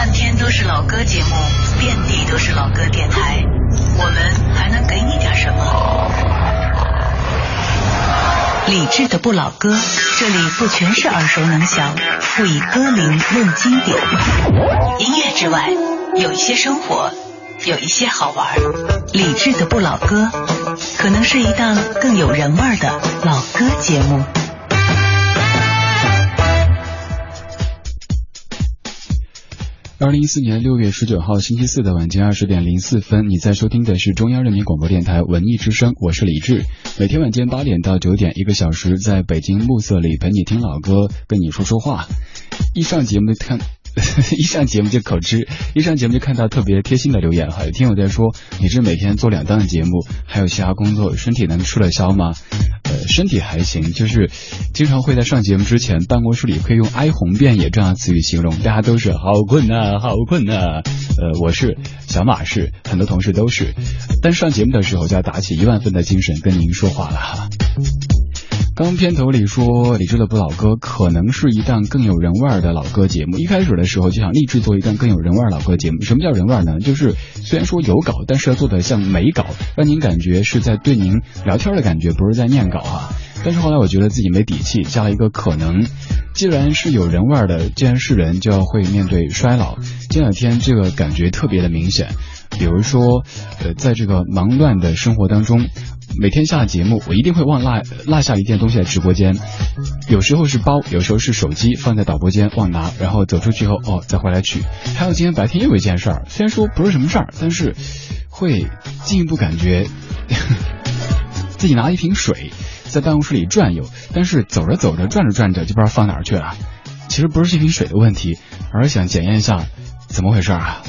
漫天都是老歌节目，遍地都是老歌电台，我们还能给你点什么？理智的不老歌，这里不全是耳熟能详，不以歌龄论经典。音乐之外，有一些生活，有一些好玩。理智的不老歌，可能是一档更有人味的老歌节目。 2014年6月19号星期四的晚间20点04分，你在收听的是中央人民广播电台文艺之声，我是李志。每天晚间8点到9点，1个小时，在北京暮色里陪你听老歌，跟你说说话。一上节目就口吃，一上节目就看到特别贴心的留言哈，有听友在说，你这每天做2档节目，还有其他工作，身体能吃得消吗？身体还行，就是经常会在上节目之前，办公室里会用哀鸿遍野这样的词语形容，大家都是好困啊，好困啊。我是小马是，很多同事都是，但上节目的时候就要打起1万分的精神跟您说话了哈。刚片头里说理智的不老歌可能是一档更有人味的老歌节目，一开始的时候就想立志做一档更有人味老歌节目。什么叫人味呢？就是虽然说有稿，但是要做的像没稿，让您感觉是在对您聊天的感觉，不是在念稿啊。但是后来我觉得自己没底气，加了一个可能。既然是有人味的，既然是人，就要会面对衰老。这2天这个感觉特别的明显。比如说在这个忙乱的生活当中，每天下节目我一定会忘落下一件东西在直播间，有时候是包，有时候是手机放在导播间忘拿，然后走出去后再回来取。还有今天白天又有一件事儿，虽然说不是什么事儿，但是会进一步感觉自己拿了一瓶水在办公室里转悠，但是走着走着转着转着就不知道放哪儿去了。其实不是这瓶水的问题，而是想检验一下怎么回事啊。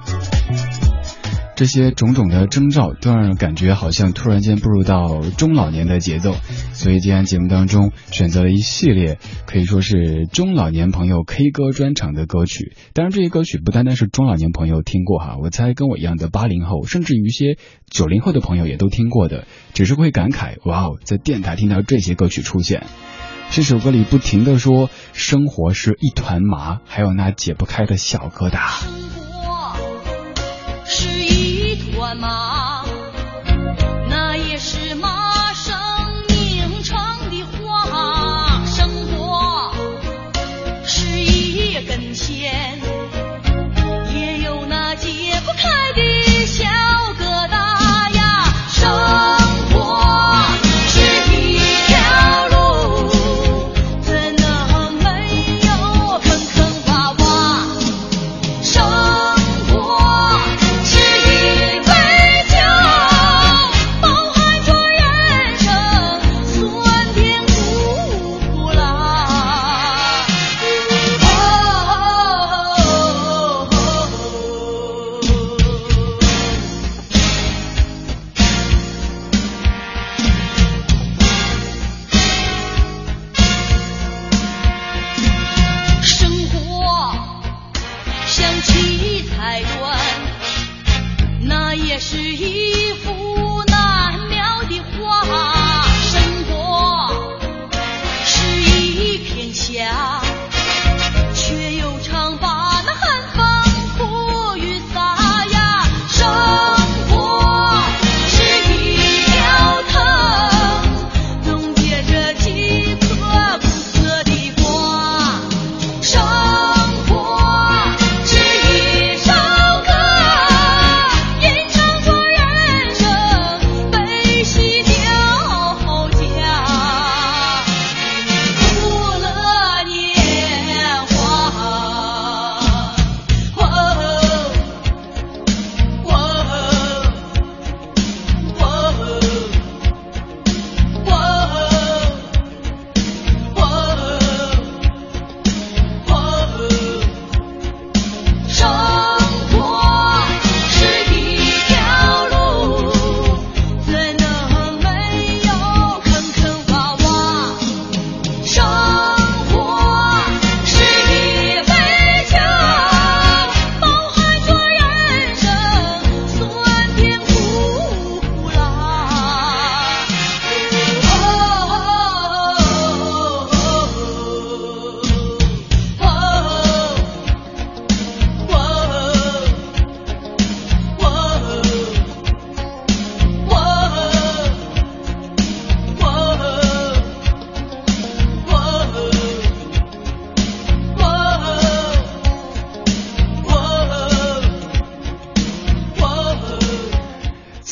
这些种种的征兆都让人感觉好像突然间步入到中老年的节奏，所以今天节目当中选择了一系列可以说是中老年朋友 K 歌专场的歌曲。当然这些歌曲不单单是中老年朋友听过哈，我猜跟我一样的80后甚至于一些90后的朋友也都听过的，只是会感慨哇哦，在电台听到这些歌曲出现。这首歌里不停地说生活是一团麻，还有那解不开的小疙瘩。 是一团麻，那也是麻生拧成的花。生活是一根线，也有那解不开的小疙瘩呀。生活是一条路，怎能没有坑坑洼洼。生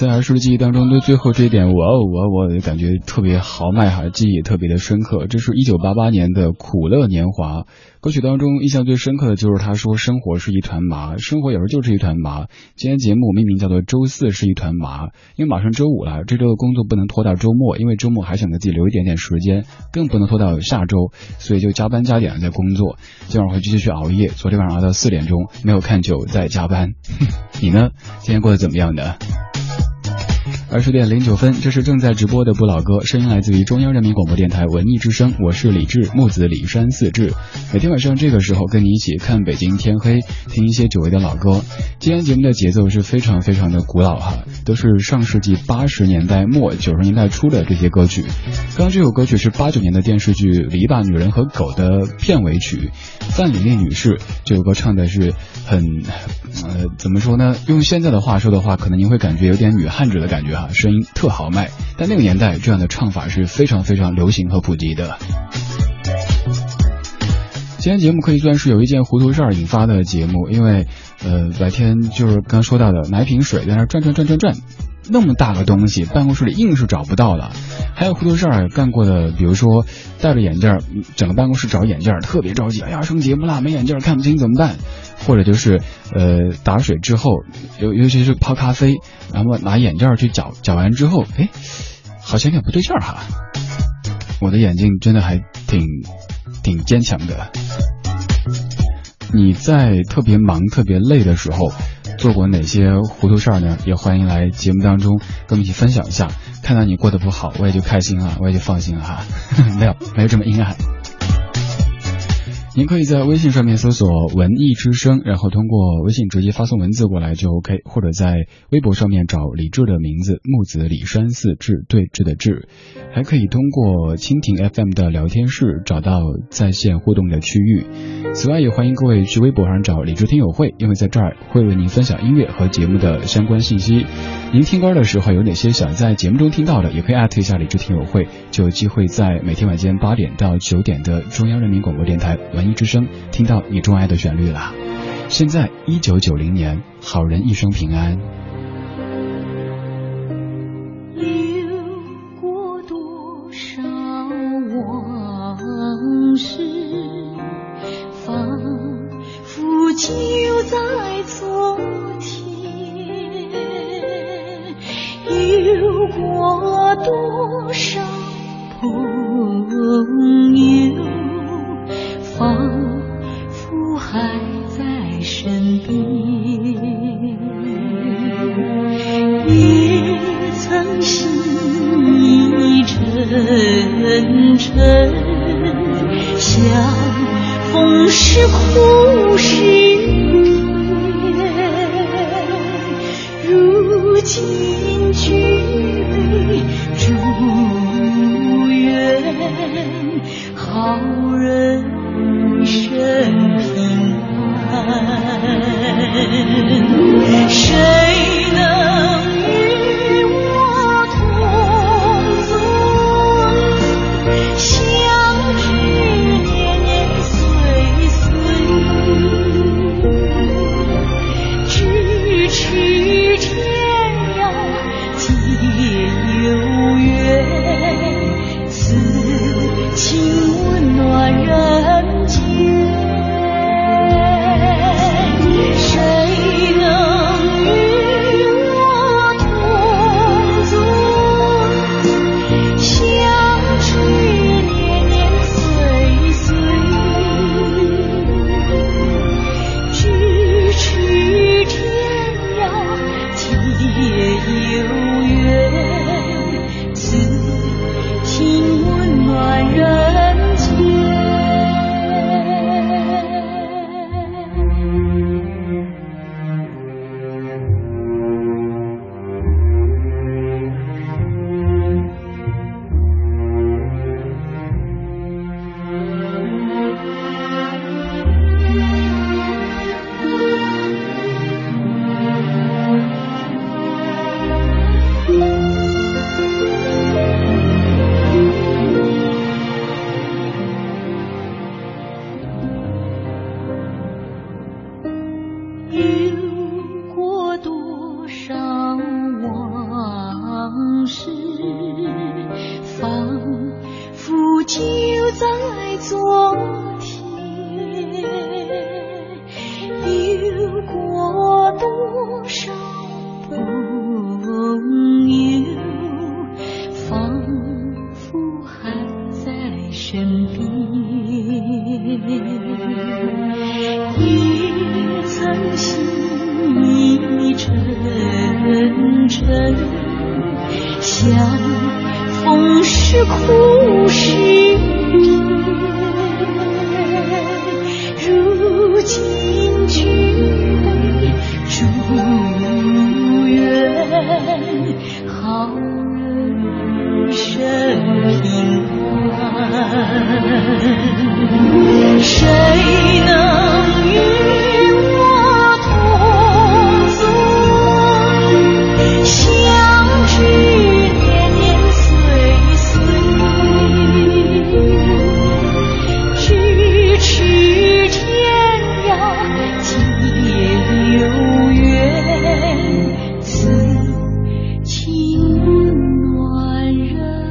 在儿时的记忆当中，对最后这一点我感觉特别豪迈哈，记忆也特别的深刻。这是1988年的《苦乐年华》歌曲当中，印象最深刻的就是他说生活是一团麻，生活有时候就是一团麻。今天节目命名叫做周四是一团麻，因为马上周五了，这周的工作不能拖到周末，因为周末还想给自己留一点点时间，更不能拖到下周，所以就加班加点在工作。今晚会继续去熬夜，昨天晚上熬到4点钟，没有看酒在加班。你呢？今天过得怎么样呢？20点09分，这是正在直播的不老歌，声音来自于中央人民广播电台文艺之声，我是李志，木子李山四志。每天晚上这个时候跟你一起看北京天黑，听一些久违的老歌。今天节目的节奏是非常非常的古老哈，都是上世纪80年代末90年代初的这些歌曲。刚刚这首歌曲是89年的电视剧《篱笆女人和狗》的片尾曲，范玲丽女士这首歌唱的是很怎么说呢，用现在的话说的话，可能您会感觉有点女汉子的感觉哈，声音特豪迈，但那个年代这样的唱法是非常非常流行和普及的。今天节目可以算是有一件糊涂事儿引发的节目，因为白天就是刚说到的买瓶水在那转，那么大个东西办公室里硬是找不到了。还有糊涂事儿干过的，比如说戴着眼镜，整个办公室找眼镜特别着急，哎呀升节目啦，没眼镜看不清怎么办？或者就是打水之后，尤其是泡咖啡，然后拿眼镜去搅完之后，哎，好像有点不对劲儿哈。我的眼睛真的还挺坚强的。你在特别忙特别累的时候做过哪些糊涂事儿呢？也欢迎来节目当中跟我们一起分享一下，看到你过得不好我也就开心了，我也就放心了哈。没有这么阴暗。您可以在微信上面搜索文艺之声，然后通过微信直接发送文字过来就 OK， 或者在微博上面找李志的名字，木子李山四志，对峙的志。还可以通过蜻蜓 FM 的聊天室找到在线互动的区域。此外也欢迎各位去微博上找李志听友会，因为在这儿会为您分享音乐和节目的相关信息。您听歌的时候有哪些想在节目中听到的，也可以艾特一下李志听友会，就有机会在每天晚间8点到9点的中央人民广播电台文艺之声听到你钟爱的旋律啦。现在1990年，好人一生平安。 流过多少往事，仿佛就在昨天，有过多少朋友，仿佛还在身边，也曾心意沉沉，相逢是苦是甜，如今举杯祝愿好人生平安，谁能与我同尊？相知年年岁岁， 也曾心意真真，相逢是苦是怨，如今举杯祝愿，好人生平安。谁能与我同尊？相知年年岁岁，咫尺天涯皆有缘，此情暖人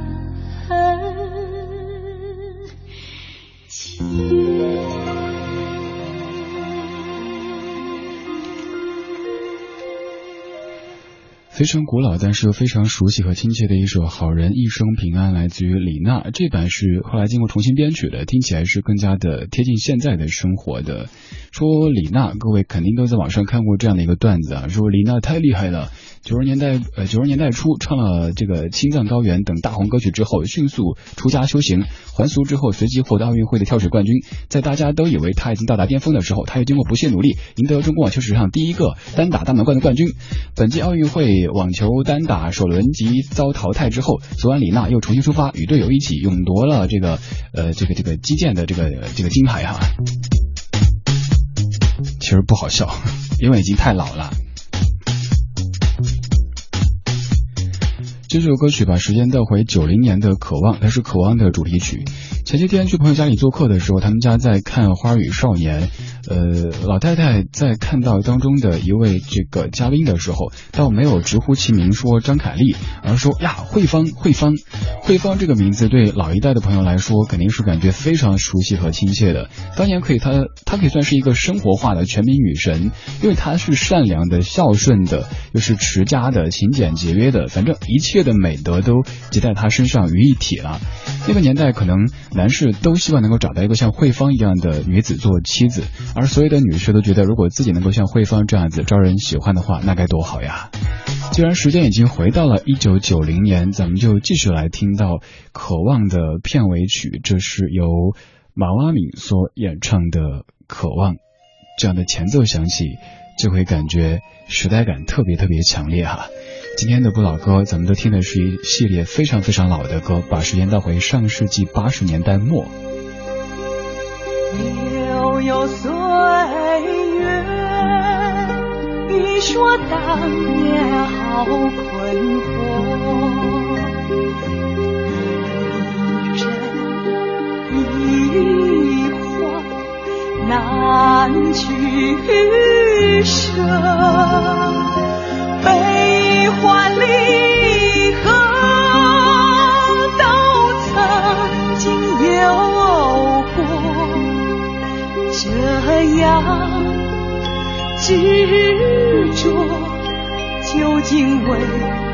非常古老但是又非常熟悉和亲切的一首《好人一生平安》，来自于李娜。这版是后来经过重新编曲的，听起来是更加的贴近现在的生活的。说李娜，各位肯定都在网上看过这样的一个段子啊，说李娜太厉害了。90年代初唱了这个《青藏高原》等大红歌曲之后，迅速出家修行，还俗之后随即获得奥运会的跳水冠军。在大家都以为他已经到达巅峰的时候，他又经过不懈努力，赢得中国网球史上第一个单打大满贯的冠军。本届奥运会网球单打首轮即遭淘汰之后，昨晚李娜又重新出发，与队友一起勇夺了这个击剑的这个金牌哈。其实不好笑，因为已经太老了。这首歌曲把时间带回90年的渴望，它是渴望的主题曲。前些天去朋友家里做客的时候，他们家在看《花儿与少年》，老太太在看到当中的一位这个嘉宾的时候，倒没有直呼其名说张凯丽，而说呀慧芳这个名字对老一代的朋友来说肯定是感觉非常熟悉和亲切的。当年她可以算是一个生活化的全民女神，因为她是善良的、孝顺的，又是持家的、勤俭节约的，反正一切的美德都集在她身上于一体了。那个年代可能男士都希望能够找到一个像慧芳一样的女子做妻子，而所有的女士都觉得如果自己能够像慧芳这样子招人喜欢的话，那该多好呀。既然时间已经回到了1990年，咱们就继续来听到渴望的片尾曲，这是由马瓦敏所演唱的渴望。这样的前奏响起，就会感觉时代感特别特别强烈哈。今天的不老歌，咱们都听的是一系列非常非常老的歌，把时间倒回上世纪80年代末。 悠悠岁月，你说当年好困惑，一晃难取舍，悲欢离合都曾经有过，这样执着究竟为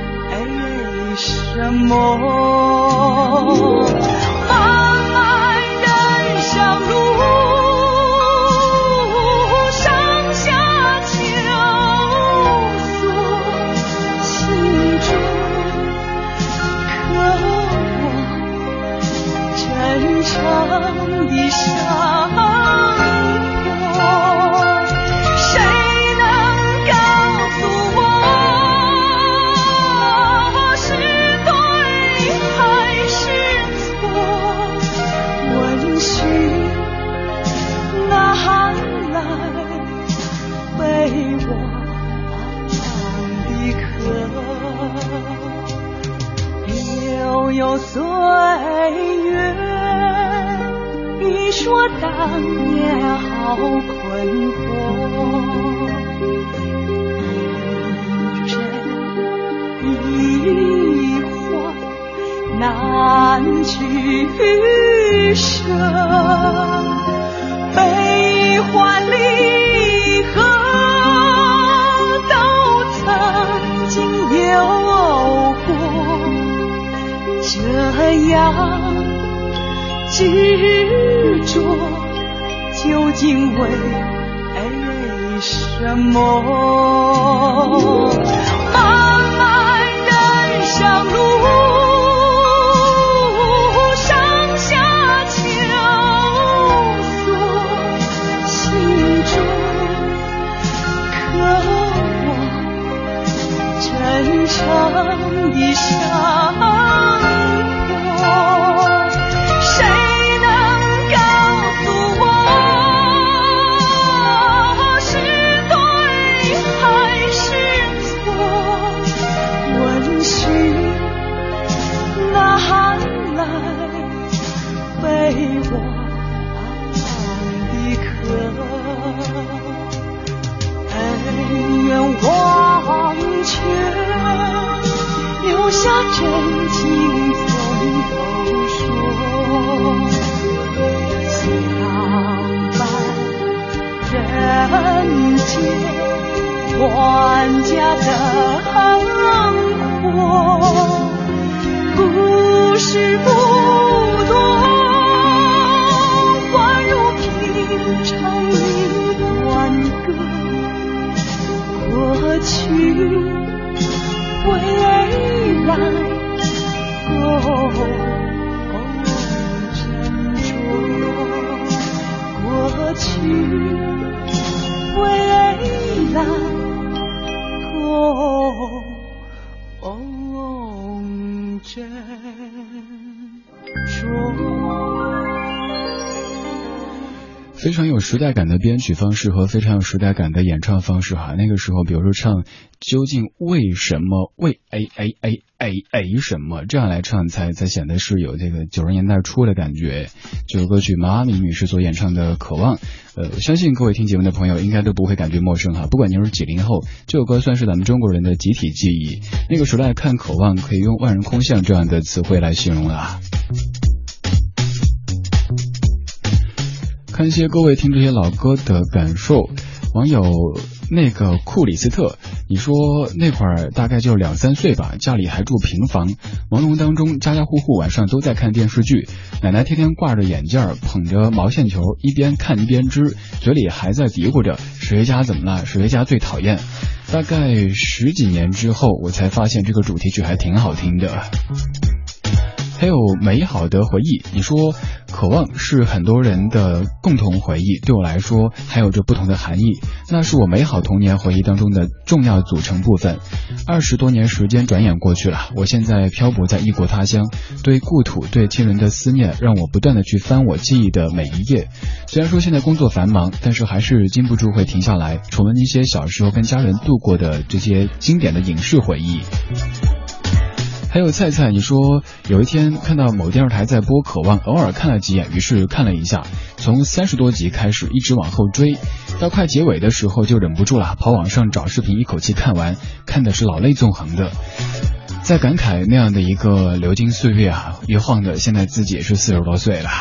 什么？漫漫人生路，上下求索，心中渴望真诚的生活。谁能告诉我是对还是错？温煦哪来被忘的渴？悠悠岁月，你说当年好困惑，一晃难取舍，悲欢离合都曾经有过，这样执着究竟为什么？漫漫人生路，上下求索，心中渴望真诚的生活。忘却，留下真情从头说。相伴人间，万家灯火，故事不多，宛如平常一段歌。过去未来共斟酌，过去未来共斟酌。 非常有时代感的编曲方式和非常有时代感的演唱方式哈。那个时候比如说唱究竟为什么为什么这样来唱才显得是有这个90年代初的感觉。这首歌曲毛阿敏女士所演唱的渴望，相信各位听节目的朋友应该都不会感觉陌生哈。不管您是90后，这首歌算是咱们中国人的集体记忆。那个时代看渴望可以用万人空巷这样的词汇来形容啦。看一些各位听这些老歌的感受。网友那个库里斯特，你说那会儿大概就2-3岁吧，家里还住平房，朦胧当中家家户户晚上都在看电视剧，奶奶天天挂着眼镜捧着毛线球，一边看一边织，嘴里还在嘀咕着谁家怎么了，谁家最讨厌。大概10几年之后，我才发现这个主题曲还挺好听的。还有美好的回忆，你说渴望是很多人的共同回忆，对我来说还有着不同的含义，那是我美好童年回忆当中的重要组成部分。20多年时间转眼过去了，我现在漂泊在异国他乡，对故土对亲人的思念让我不断的去翻我记忆的每一页。虽然说现在工作繁忙，但是还是禁不住会停下来重温一些小时候跟家人度过的这些经典的影视回忆。还有菜菜，你说有一天看到某电视台在播渴望，偶尔看了几眼，于是看了一下，从30多集开始一直往后追，到快结尾的时候就忍不住了，跑网上找视频一口气看完，看的是老泪纵横的，在感慨那样的一个流金岁月啊，一晃的现在自己也是40多岁了。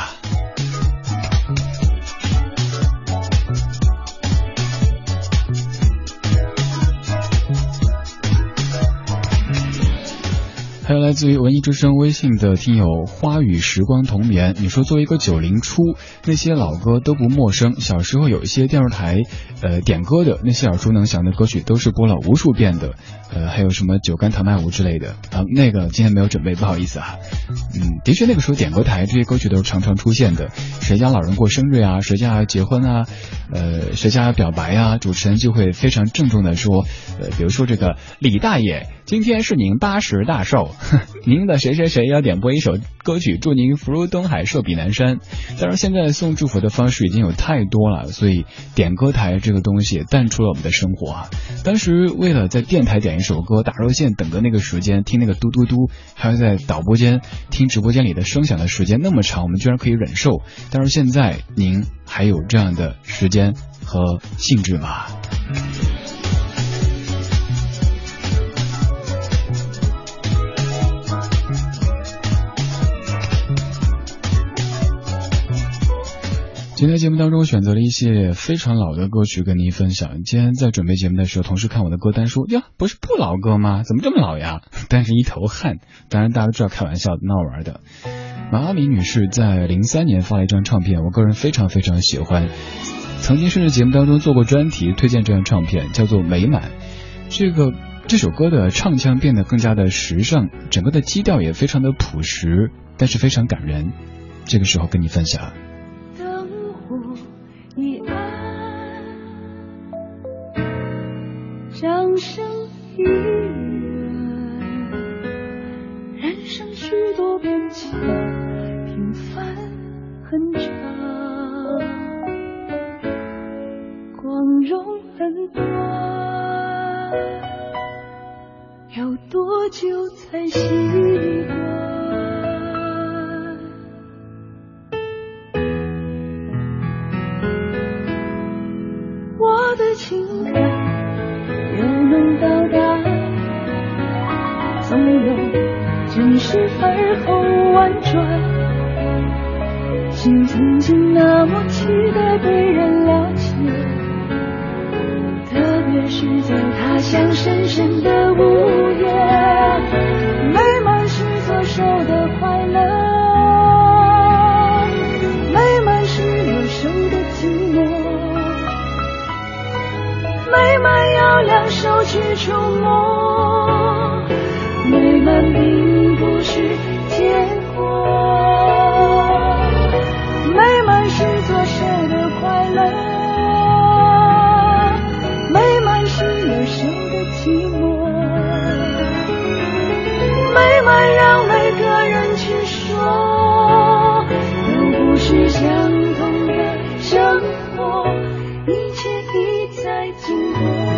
还有来自于文艺之声微信的听友花语时光童眠，你说作为一个90初，那些老歌都不陌生，小时候有一些电视台点歌的那些耳熟能详的歌曲都是播了无数遍的，还有什么酒干倘卖无之类的啊，那个今天没有准备，不好意思啊。的确那个时候点歌台这些歌曲都是常常出现的，谁家老人过生日啊，谁家结婚啊，谁家表白啊，主持人就会非常郑重的说，比如说这个李大爷今天是您80大寿，您的谁谁谁要点播一首歌曲，祝您福如东海寿比南山。当然现在送祝福的方式已经有太多了，所以点歌台这个东西淡出了我们的生活啊。当时为了在电台点一首歌，打热线等的那个时间，听那个嘟嘟嘟，还有在导播间听直播间里的声响的时间那么长，我们居然可以忍受。但是现在您还有这样的时间和兴致吗？今天节目当中选择了一些非常老的歌曲跟您分享。今天在准备节目的时候，同事看我的歌单说，呀，不是不老歌吗？怎么这么老呀？但是一头汗，当然大家都知道开玩笑闹玩的。马阿敏女士在03年发了一张唱片，我个人非常非常喜欢， 曾经甚至节目当中做过专题推荐这张唱片，叫做《美满》。这首歌的唱腔变得更加的时尚，整个的基调也非常的朴实，但是非常感人。这个时候跟你分享。 灯火一暗，掌声一人，人生许多变迁，平凡很长，光荣很短，要多久才习惯？我的情感又能到达，总有真实而后婉转，心曾经那么期待被人了解，特别是在他乡深深的午夜，美满是左手的快乐，美满是右手的寂寞，美满要两手去触摸，美满并不是结果，美满是左手的快乐，美满是右手的寂寞，美满让每个人去说，都不是相同的生活，一切已在经过。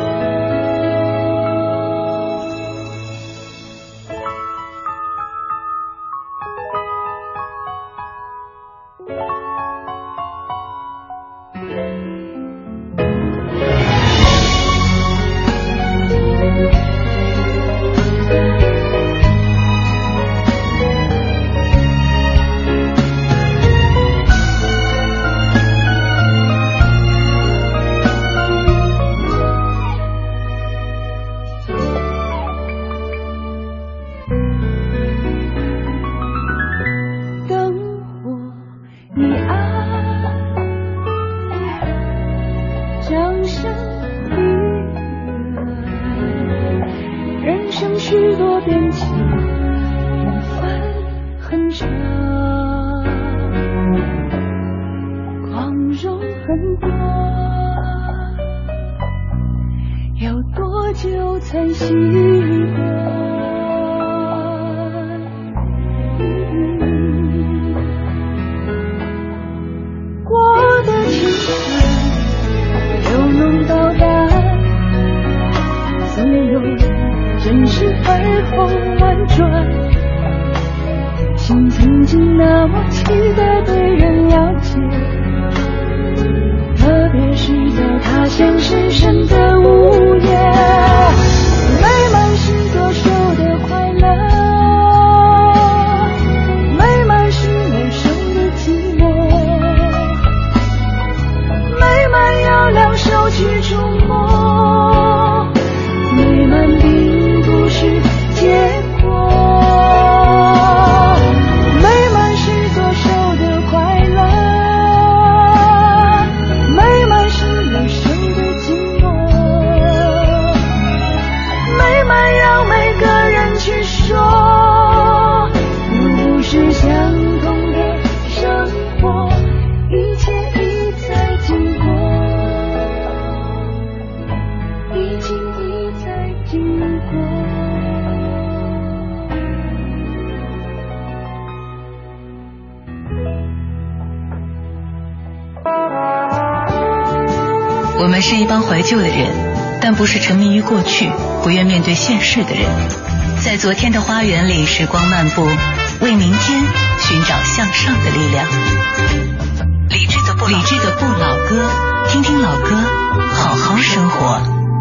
我们是一帮怀旧的人，但不是沉迷于过去不愿面对现实的人。在昨天的花园里时光漫步，为明天寻找向上的力量。理智的不老歌，听听老歌，好好生活。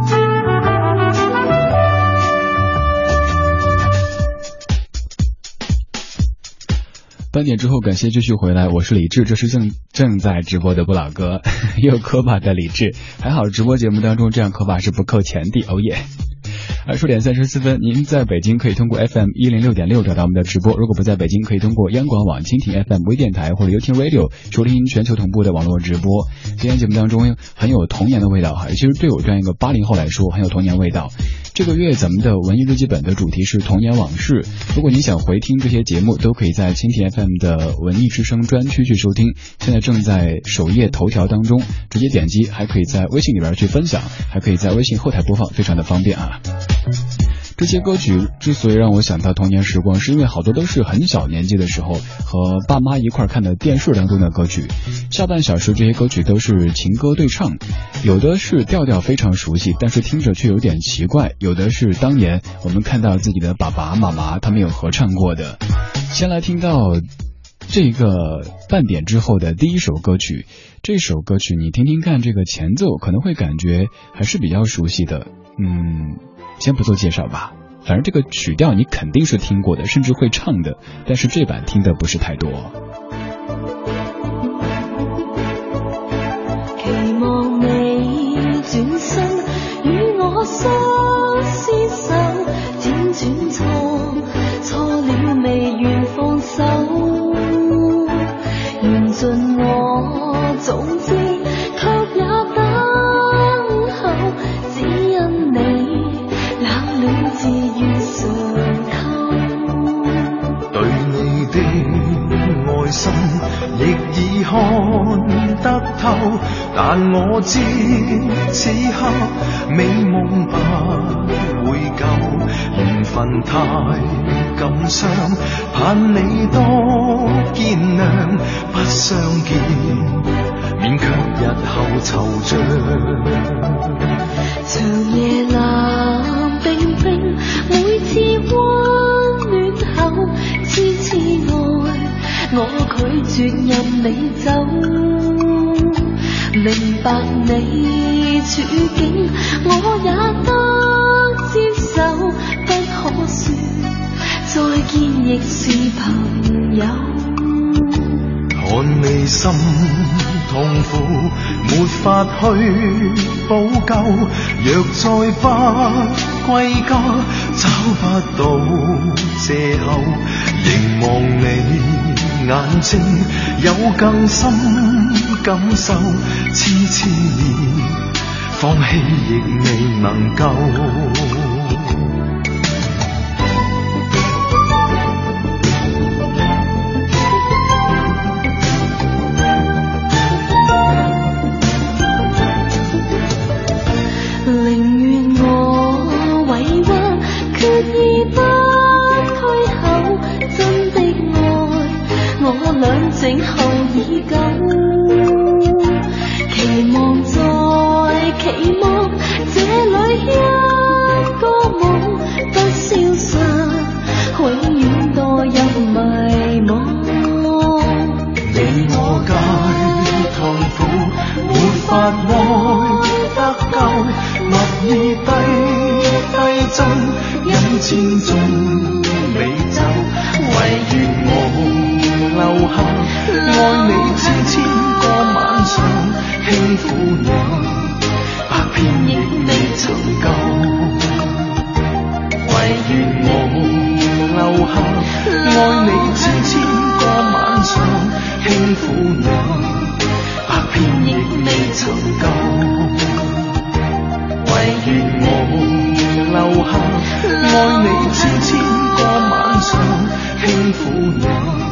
8点之后感谢继续回来，我是李志，这是正在直播的不老歌，又磕巴的李志，还好直播节目当中这样磕巴是不扣钱的，哦耶。 20:34，您在北京可以通过 FM106.6找到我们的直播，如果不在北京，可以通过央广网、蜻蜓 FM 微电台或者 YouTube Radio 收听全球同步的网络直播。今天节目当中很有童年的味道哈，其实对我这样一个80后来说很有童年味道。这个月咱们的文艺日记本的主题是童年往事，如果你想回听这些节目，都可以在蜻蜓 FM 的文艺之声专区去收听，现在正在首页头条当中，直接点击，还可以在微信里边去分享，还可以在微信后台播放，非常的方便啊。这些歌曲之所以让我想到童年时光，是因为好多都是很小年纪的时候和爸妈一块看的电视当中的歌曲。下半小时这些歌曲都是情歌对唱，有的是调调非常熟悉，但是听着却有点奇怪，有的是当年我们看到自己的爸爸妈妈他们有合唱过的。先来听到这个半点之后的第一首歌曲，这首歌曲你听听看，这个前奏可能会感觉还是比较熟悉的。先不做介绍吧，反正这个曲调你肯定是听过的，甚至会唱的，但是这版听的不是太多。 期望你轉身與我相廝守，輾轉錯了未願放手，緣盡我早知，卻也等候，只因你冷暖自願嘗透。 對你的愛心亦已看得透，但我知此刻美夢不會夠，緣分太感傷，盼你多見諒，不相見免卻日後惆悵。 長夜冷冰冰，每次溫暖後痴痴愛，我拒絕任你走，明白你處境我也得接受，不可說再見亦是朋友。 看你心痛苦，沒法去補救，若再不歸家，找不到藉口，凝望你眼睛有更深感受，痴痴意放棄亦未能夠。 靜候已久，期望再期望，這裏一個夢不消散，永遠墮入迷惘。 你我皆痛苦，沒法愛得夠，默意低斟，因千種美酒，唯願我留下，愛你千個晚上，輕撫你，百遍亦未曾夠。唯願我留下，愛你千個晚上，輕撫你，百遍亦未曾夠。唯願我留下，愛你千個晚上，輕撫你。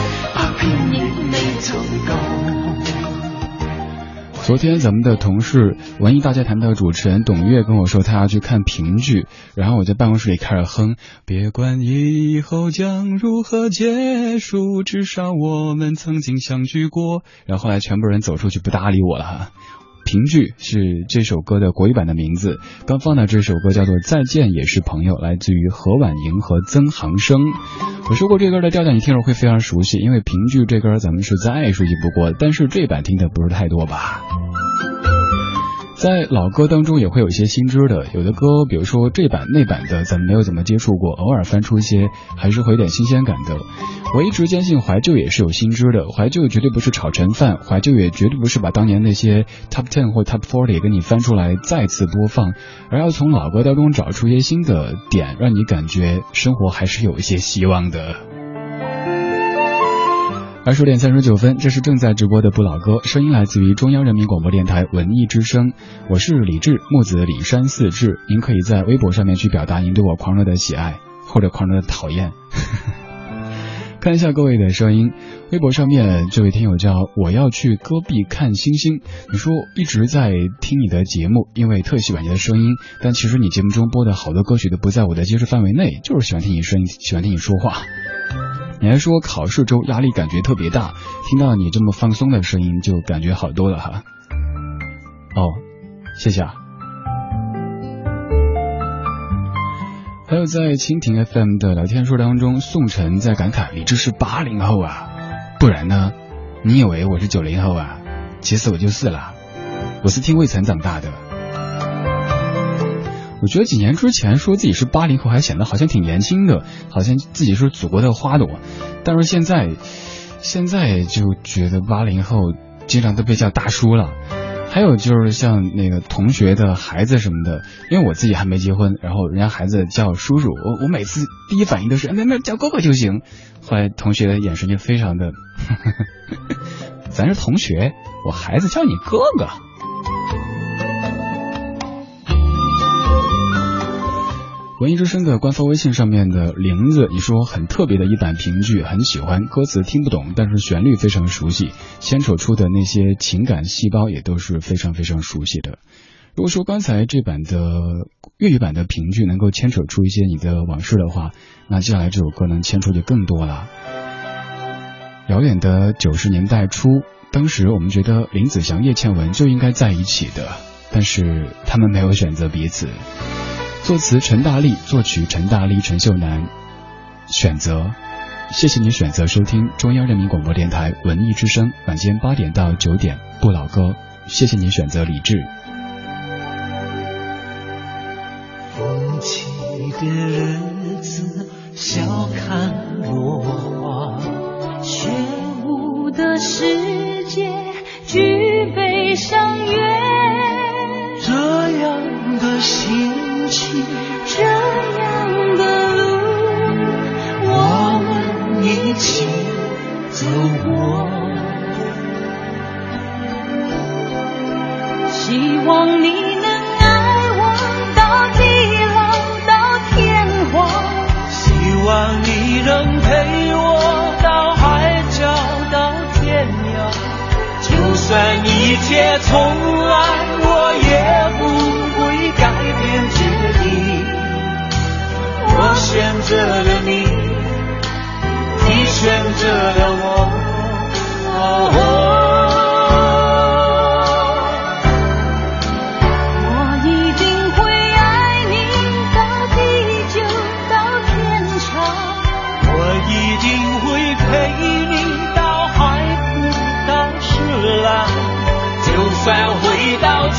昨天咱们的同事文艺大家谈的主持人董月跟我说他要去看评剧，然后我在办公室里开始哼，别管以后将如何结束，至少我们曾经相聚过，然后后来全部人走出去不搭理我了哈。评剧是这首歌的国语版的名字，刚放的这首歌叫做再见也是朋友，来自于何婉莹和曾航生。我说过这歌的调调你听着会非常熟悉，因为评剧这歌咱们是再熟悉不过，但是这版听的不是太多吧。 在老歌当中也会有一些新知的，有的歌比如说这版那版的咱们没有怎么接触过，偶尔翻出一些还是会有点新鲜感的。我一直坚信怀旧也是有新知的，怀旧绝对不是炒陈饭，怀旧也绝对不是把当年那些 Top 10或 Top 40给你翻出来再次播放，而要从老歌当中找出一些新的点，让你感觉生活还是有一些希望的。20点39分，这是正在直播的不老歌，声音来自于中央人民广播电台文艺之声，我是李志，木子李山四志。您可以在微博上面去表达您对我狂热的喜爱或者狂热的讨厌。看一下各位的声音，微博上面这位听友叫我要去戈壁看星星，你说一直在听你的节目，因为特喜欢你的声音，但其实你节目中播的好多歌曲都不在我的接受范围内，就是喜欢听你声音，喜欢听你说话。你还说考试周压力感觉特别大，听到你这么放松的声音就感觉好多了哈。哦，谢谢啊。还有在蜻蜓 FM 的聊天数当中，宋晨在感慨李志是80后啊，不然呢？你以为我是90后啊？其实我就是了，我是听魏晨长大的。我觉得几年之前说自己是80后还显得好像挺年轻的，好像自己是祖国的花朵，但是现在就觉得80后经常都被叫大叔了。还有就是像那个同学的孩子什么的，因为我自己还没结婚，然后人家孩子叫叔叔，我每次第一反应都是没叫哥哥就行，后来同学的眼神就非常的咱是同学，我孩子叫你哥哥。文艺之声的官方微信上面的玲子，你说很特别的一版评剧，很喜欢，歌词听不懂，但是旋律非常熟悉，牵扯出的那些情感细胞也都是非常非常熟悉的。如果说刚才这版的粤语版的评剧能够牵扯出一些你的往事的话，那接下来这首歌能牵出就更多了。遥远的90年代初，当时我们觉得林子祥、叶倩文就应该在一起的，但是他们没有选择彼此。作词陈大力，作曲陈大力、陈秀楠。选择，谢谢你选择收听中央人民广播电台文艺之声，晚间8点到9点不老歌。谢谢你选择李志。 风起的日子，笑看落花， 雪舞的世界，举杯相约， 这样的心情， 这样的路， 我们一起走过。 希望你能爱我到地老到天荒， 希望你能陪我到海角到天涯，就算一切重来，我也不会改变决定。我选择了你，你选择了我。就算回到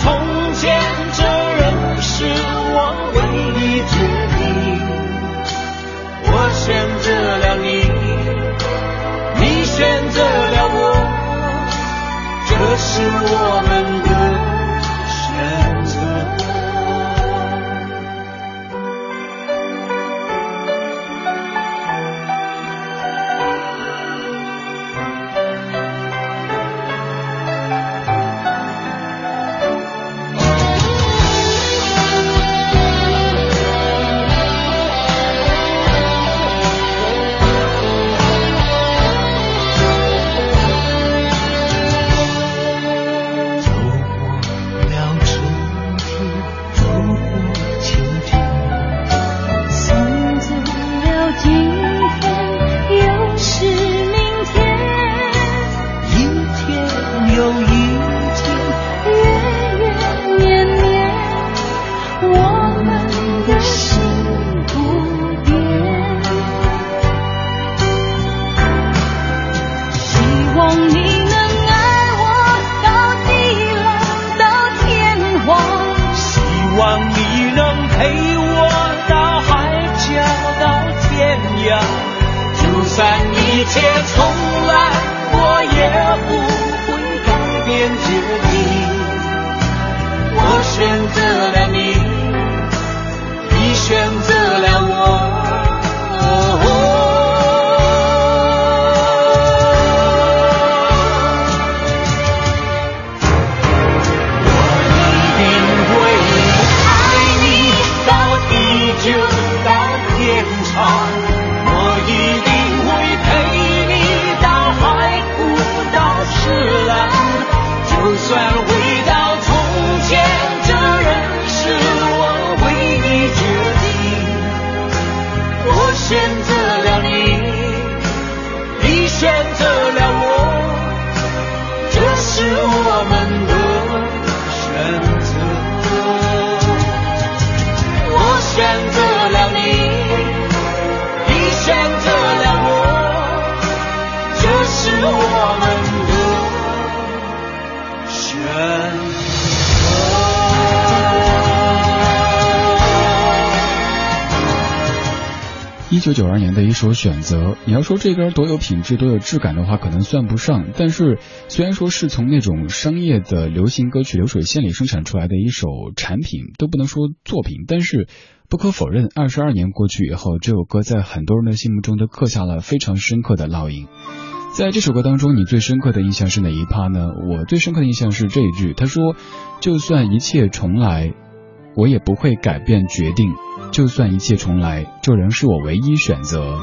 望你能陪我到海角到天涯，就算一切重来，我也不会改变决定。我选择了你，你选择了我。选择了你，你选择了我，这是我们的选择。我选择了你，你选择了我，这是我们的选择。 1992年的一首选择，你要说这歌多有品质多有质感的话可能算不上，但是虽然说是从那种商业的流行歌曲流水线里生产出来的一首产品，都不能说作品，但是不可否认22年过去以后，这首歌在很多人的心目中都刻下了非常深刻的烙印。在这首歌当中，你最深刻的印象是哪一趴呢？我最深刻的印象是这一句，他说就算一切重来，我也不会改变决定，就算一切重来，这仍是我唯一选择。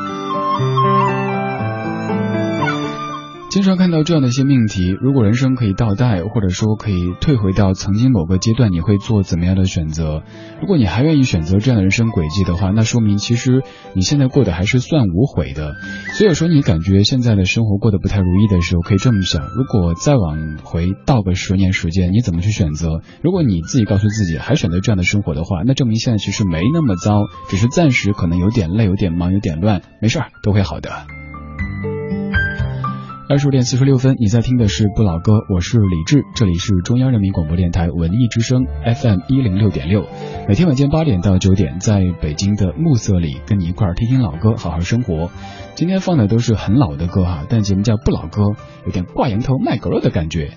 经常看到这样的一些命题，如果人生可以倒带，或者说可以退回到曾经某个阶段，你会做怎么样的选择？如果你还愿意选择这样的人生轨迹的话，那说明其实你现在过得还是算无悔的。所以说你感觉现在的生活过得不太如意的时候，可以这么想，如果再往回倒个10年时间，你怎么去选择？如果你自己告诉自己还选择这样的生活的话，那证明现在其实没那么糟，只是暂时可能有点累有点忙有点乱，没事儿，都会好的。25点46分，你在听的是不老歌，我是李志，这里是中央人民广播电台文艺之声 FM 106.6，每天晚间8点到9点，在北京的暮色里跟你一块儿听听老歌，好好生活。今天放的都是很老的歌哈，但节目叫不老歌，有点挂羊头卖狗肉的感觉。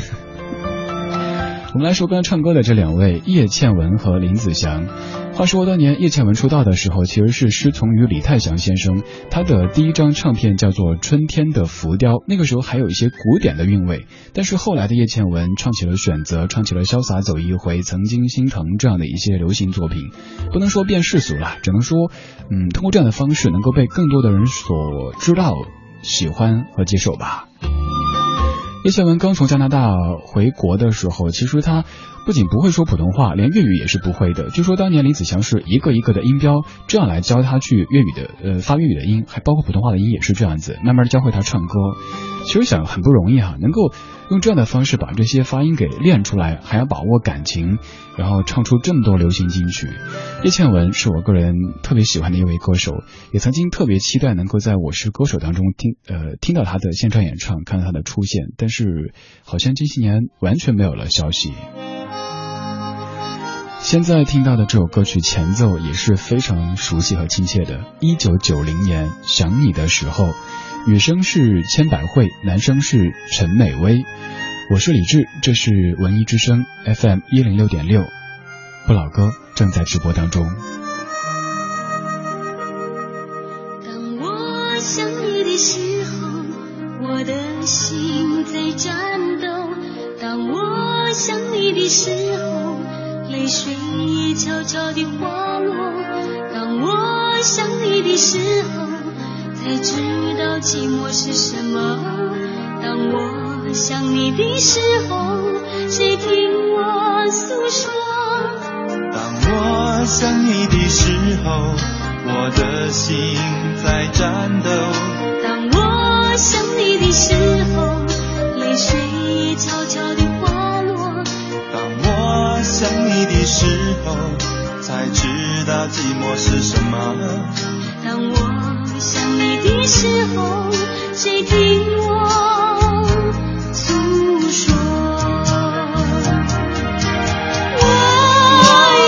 我们来说刚才唱歌的这两位，叶倩文和林子祥。话说当年叶倩文出道的时候，其实是师从于李泰祥先生，他的第一张唱片叫做《春天的浮雕》，那个时候还有一些古典的韵味。但是后来的叶倩文唱起了选择，唱起了潇洒走一回，曾经心疼这样的一些流行作品，不能说变世俗了，只能说通过这样的方式能够被更多的人所知道、喜欢和接受吧。叶倩文刚从加拿大回国的时候，其实她不仅不会说普通话，连粤语也是不会的。据说当年林子祥是一个一个的音标这样来教她去粤语的发粤语的音，还包括普通话的音也是这样子，慢慢教会她唱歌。其实想很不容易啊，能够用这样的方式把这些发音给练出来，还要把握感情，然后唱出这么多流行金曲。叶倩文是我个人特别喜欢的一位歌手，也曾经特别期待能够在我是歌手当中听到她的现场演唱，看到她的出现，但是好像这些年完全没有了消息。现在听到的这首歌曲前奏也是非常熟悉和亲切的，1990年想你的时候，女生是千百惠，男生是陈美薇。我是李志，这是文艺之声 FM 106.6，不老歌正在直播当中。 当我想你的时候，我的心在颤抖，当我想你的时候，泪水悄悄地滑落，当我想你的时候，才知道寂寞是什么，当我想你的时候，谁听我诉说， 当我想你的时候，我的心在颤抖， 当我想你的时候，泪水悄悄地滑落， 当我想你的时候，才知道寂寞是什么， 当我想你的时候，谁听我诉说，我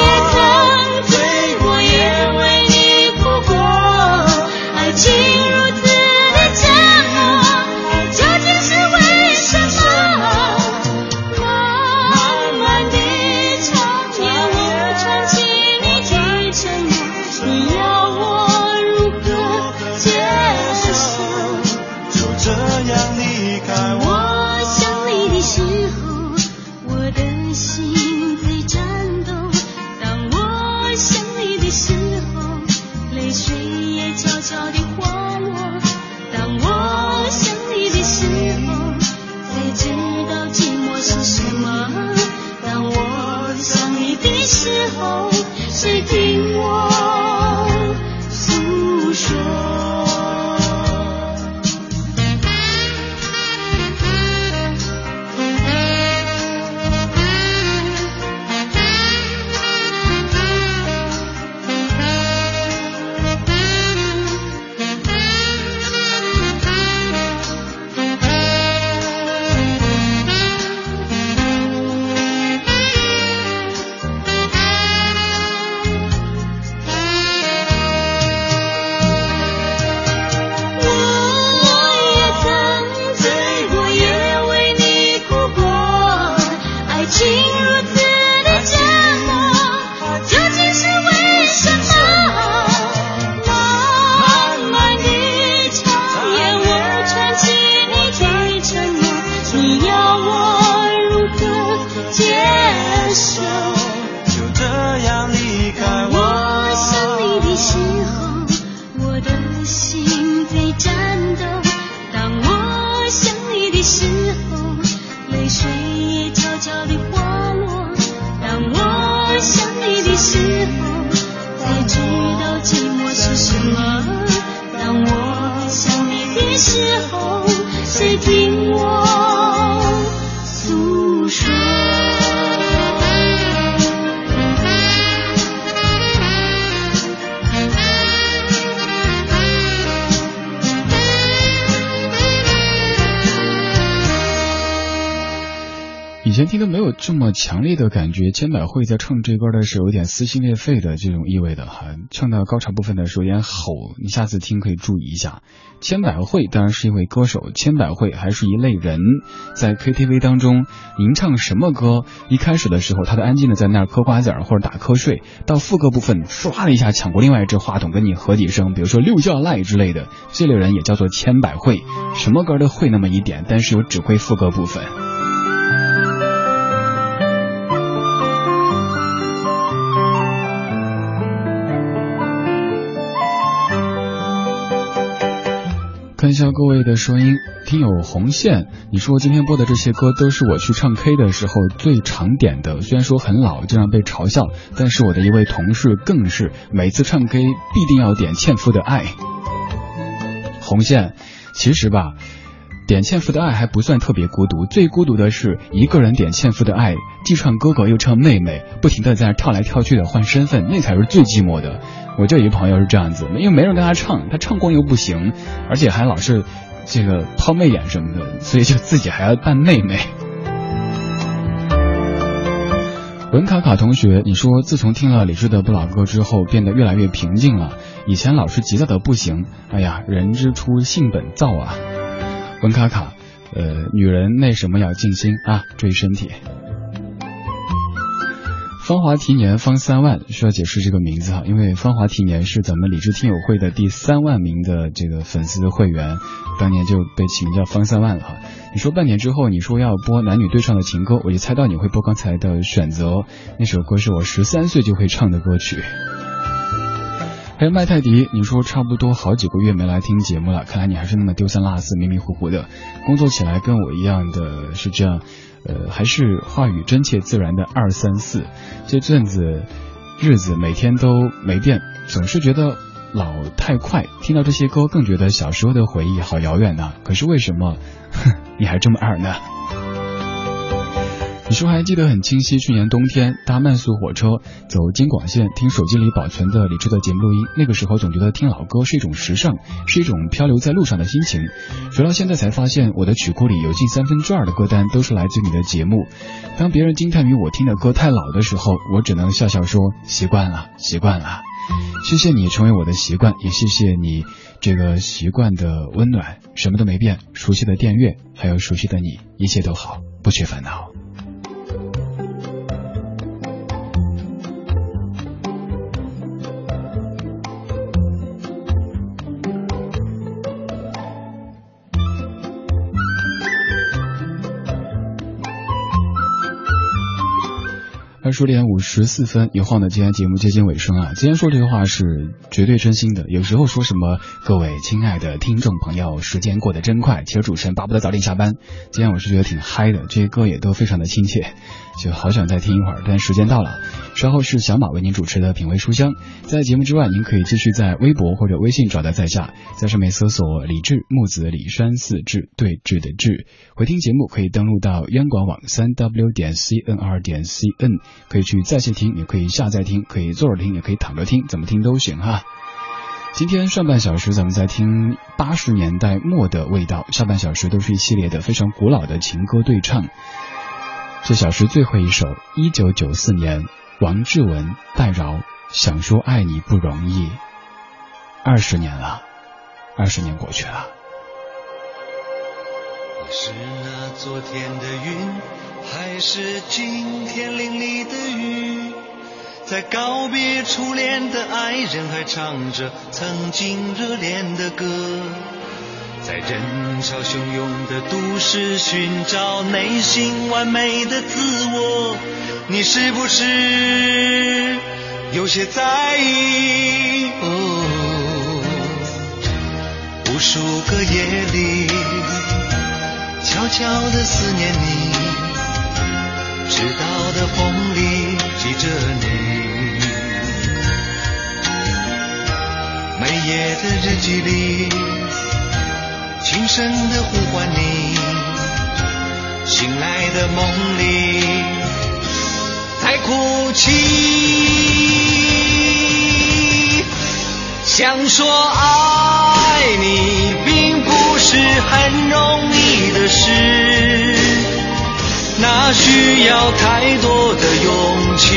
有这么强烈的感觉，千百惠在唱这歌的时候有点撕心裂肺的这种意味的哈，唱到高潮部分的时候有点吼，你下次听可以注意一下。千百惠当然是一位歌手，千百惠还是一类人，在 KTV 当中您唱什么歌，一开始的时候他都安静的在那儿嗑瓜子或者打瞌睡，到副歌部分唰的一下抢过另外一只话筒跟你合几声，比如说六叫赖之类的，这类人也叫做千百惠，什么歌都会那么一点，但是有只会副歌部分。看一下各位的说音，听友红线，你说今天播的这些歌都是我去唱 K 的时候最常点的，虽然说很老经常被嘲笑，但是我的一位同事更是每次唱 K 必定要点纤夫的爱。红线，其实吧点纤夫的爱还不算特别孤独，最孤独的是一个人点纤夫的爱，既唱哥哥又唱妹妹，不停的在那跳来跳去的换身份，那才是最寂寞的。我就有一朋友是这样子，因为没人跟他唱，他唱光又不行，而且还老是这个抛媚眼什么的，所以就自己还要扮妹妹。文卡卡同学，你说自从听了李志的不老歌之后变得越来越平静了，以前老是急躁的不行，哎呀，人之初性本躁啊。文卡卡，女人那什么要静心啊，注意身体。芳华提年方3万，需要解释这个名字哈，因为芳华提年是咱们理智听友会的第3万名的这个粉丝会员，当年就被起名叫方3万了哈。你说半年之后你说要播男女对唱的情歌，我就猜到你会播刚才的选择，那首歌是我13岁就会唱的歌曲。还有麦泰迪，你说差不多好几个月没来听节目了，看来你还是那么丢三落四迷迷糊糊的，工作起来跟我一样的是这样，还是话语真切自然的234，这阵子日子每天都没变，总是觉得老太快，听到这些歌更觉得小时候的回忆好遥远啊，可是为什么你还这么二呢？你说还记得很清晰，去年冬天搭慢速火车走京广线，听手机里保存的李志的节目录音，那个时候总觉得听老歌是一种时尚，是一种漂流在路上的心情，直到现在才发现我的曲库里有近2/3的歌单都是来自你的节目。当别人惊叹于我听的歌太老的时候，我只能笑笑说习惯了习惯了。谢谢你成为我的习惯，也谢谢你这个习惯的温暖，什么都没变，熟悉的电乐还有熟悉的你，一切都好，不缺烦恼。20点54分，一晃的今天节目接近尾声啊。今天说这句话是绝对真心的，有时候说什么各位亲爱的听众朋友，时间过得真快，其实主持人巴不得早点下班。今天我是觉得挺嗨的，这些歌也都非常的亲切，就好想再听一会儿，但时间到了，稍后是小马为您主持的品味书香。在节目之外，您可以继续在微博或者微信找到在下，在上面搜索李志，木子李山四志，对峙的志。回听节目可以登录到央广网3w.cnr.cn，可以去在线听，也可以下载听，可以坐着听，也可以躺着听，怎么听都行哈。今天上半小时咱们在听80年代末的味道，下半小时都是一系列的非常古老的情歌对唱。这小时最后一首1994年王志文戴娆想说爱你不容易，20年了，20年过去了。 你是那昨天的云，还是今天淋漓的雨？在告别初恋的爱人，还唱着曾经热恋的歌，在人潮汹涌的都市寻找内心完美的自我，你是不是有些在意？无数个夜里悄悄地思念你，迟到的风里记着你，每夜的日记里轻声地呼唤你，醒来的梦里在哭泣，想说爱你并不是很容易的事， 那需要太多的勇气。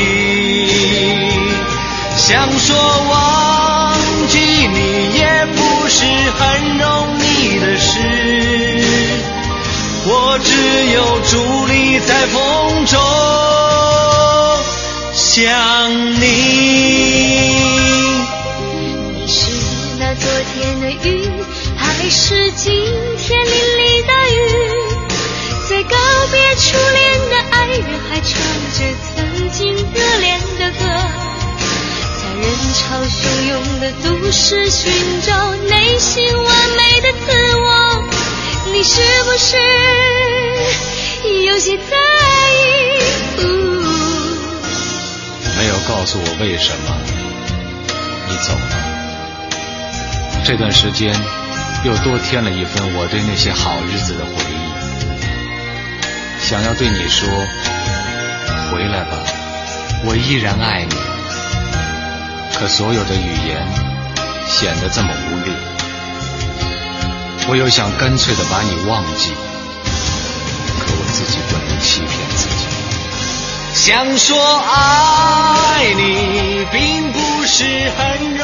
想说忘记你也不是很容易的事，我只有伫立在风中想你。 你是那昨天的云，还是今天淋漓的雨？在告别初恋的爱人，还唱着曾经热恋的歌，在人潮汹涌的都市寻找内心完美的自我，你是不是有些在意？ 没有告诉我为什么你走了，这段时间又多添了一份我对那些好日子的回忆。想要对你说，回来吧，我依然爱你。可所有的语言显得这么无力，我又想干脆地把你忘记，可我自己不能欺骗自己。 想说爱你并不是很